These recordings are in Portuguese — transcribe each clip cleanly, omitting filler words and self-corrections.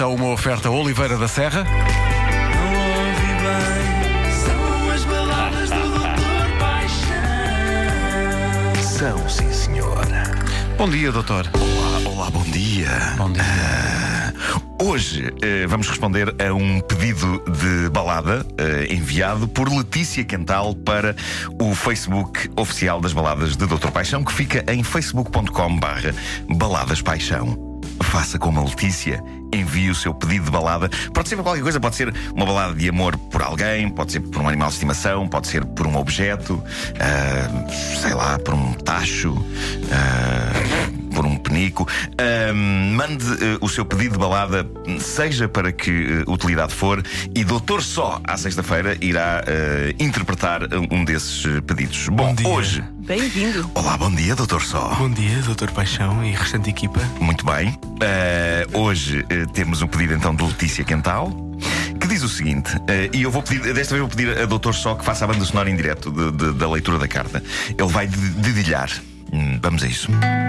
são uma oferta Oliveira da Serra. Não ouvi bem, são as baladas do Dr. Paixão. São, sim, senhora. Bom dia, doutor. Olá, bom dia. Bom dia. Hoje vamos responder a um pedido de balada enviado por Letícia Quental para o Facebook oficial das baladas de Dr. Paixão, que fica em facebook.com/baladaspaixão. Faça como a Letícia, envie o seu pedido de balada. Pode ser para qualquer coisa, pode ser uma balada de amor por alguém, pode ser por um animal de estimação, pode ser por um objeto, sei lá, por um tacho, por um penico. Mande o seu pedido de balada, seja para que utilidade for, e Doutor Só, à sexta-feira, irá interpretar um desses pedidos. Bom dia. Hoje... Bem-vindo. Olá, bom dia, Doutor Só. Bom dia, Dr. Paixão e restante equipa. Muito bem. Hoje temos um pedido então de Letícia Quental, que diz o seguinte, e eu vou pedir, desta vez vou pedir a Doutor Só que faça a banda sonora em direto da leitura da carta. Ele vai dedilhar. Vamos a isso.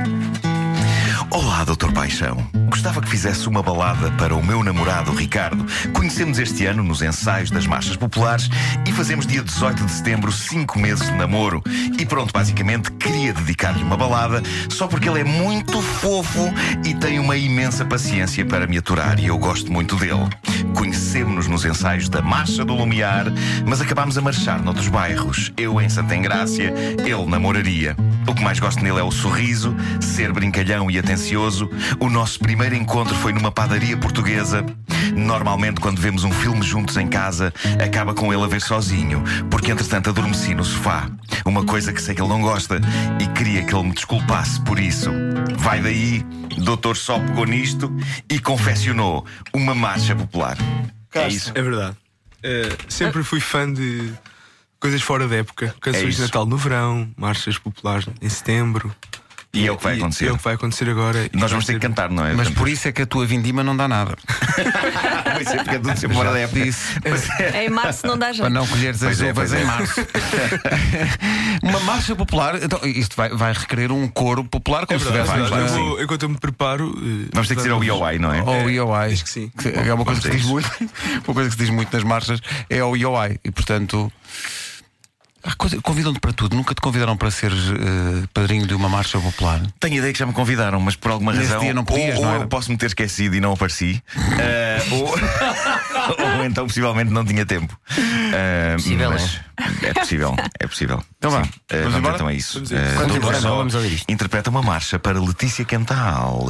Olá, Dr. Paixão. Gostava que fizesse uma balada para o meu namorado Ricardo. Conhecemos este ano nos ensaios das marchas populares e fazemos dia 18 de setembro 5 meses de namoro. E pronto, basicamente queria dedicar-lhe uma balada só porque ele é muito fofo e tem uma imensa paciência para me aturar e eu gosto muito dele. Conhecemos-nos nos ensaios da Marcha do Lumiar, mas acabámos a marchar noutros bairros. Eu em Santa Engrácia, ele na Moraria. O que mais gosto nele é o sorriso, ser brincalhão e atencioso. O nosso primeiro encontro foi numa padaria portuguesa. Normalmente, quando vemos um filme juntos em casa, acaba com ele a ver sozinho, porque entretanto adormeci no sofá. Uma coisa que sei que ele não gosta e queria que ele me desculpasse por isso. Vai daí, Doutor Só pegou nisto e confeccionou uma marcha popular. É isso. É verdade. Sempre fui fã de coisas fora da época. Canções isso. de Natal no verão, marchas populares em setembro. E é o que vai acontecer. É o que vai acontecer agora. Nós vamos ter que cantar, não é? Mas por isso é que a tua vindima não dá nada. Pois é, porque é tudo sempre fora da época. Disse. Pois é. Em março não dá jeito. Para não colheres as Pois é, uvas pois é. em março. Uma marcha popular. Então, isto vai requerer um coro popular, como se verdade, tivesse. é verdade. claro, Eu vou, enquanto eu me preparo. Vamos ter que dizer ao IOI, não é? Ou IOI. acho que sim. É uma coisa que se diz vamos muito. Uma coisa que se diz muito nas marchas é o IOI. E portanto. Convidam-te para tudo. Nunca te convidaram para seres padrinho de uma marcha popular? Tenho ideia que já me convidaram, mas por alguma Nesse razão dia não podias, ou não era? eu posso me ter esquecido e não apareci, ou então possivelmente não tinha tempo. Possível, mas é possível, é possível. Então vá, Sim. vamos embora? Então é isso. Vamos a isso. Doutor embora, Só não, vamos ouvir isto. interpreta uma marcha para Letícia Quental.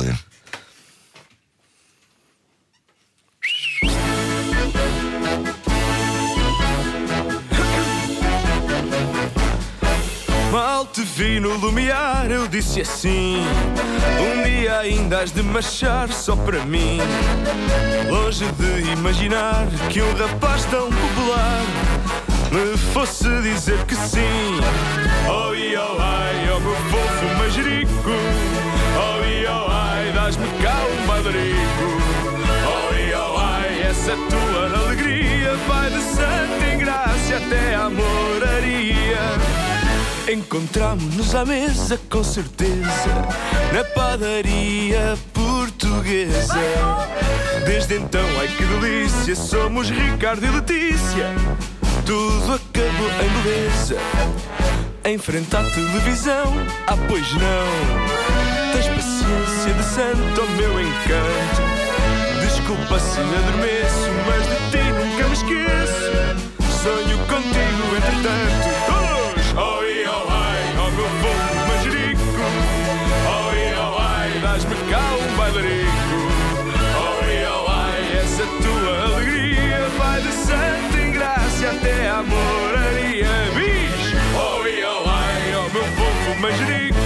Mal te vi no Lumiar, eu disse assim: um dia ainda has de marchar só para mim. Longe de imaginar que um rapaz tão popular me fosse dizer que sim. Oh, oh, ai, oh meu fofo manjerico. Oh, oh, ai, dás-me cá um bailarico. Oh, oh, ai, essa tua alegria vai de Santa Engrácia até à Moraria. Encontramo-nos à mesa, com certeza, na padaria portuguesa. Desde então, ai que delícia, somos Ricardo e Letícia. Tudo acabou em beleza. Em frente à televisão, pois não. Tens paciência de santo, oh meu encanto. Desculpa se adormeço, mas de ti nunca me esqueço. Sonho contigo, entretanto. Oh, oh, ai, oh meu povo manjerico. Oh, oh, ai, dás-me cá um bailarico. Oh, oh, ai, essa tua alegria vai de Santa Engrácia até à Moraria. Bis! Oh, oh, ai, oh meu povo manjerico.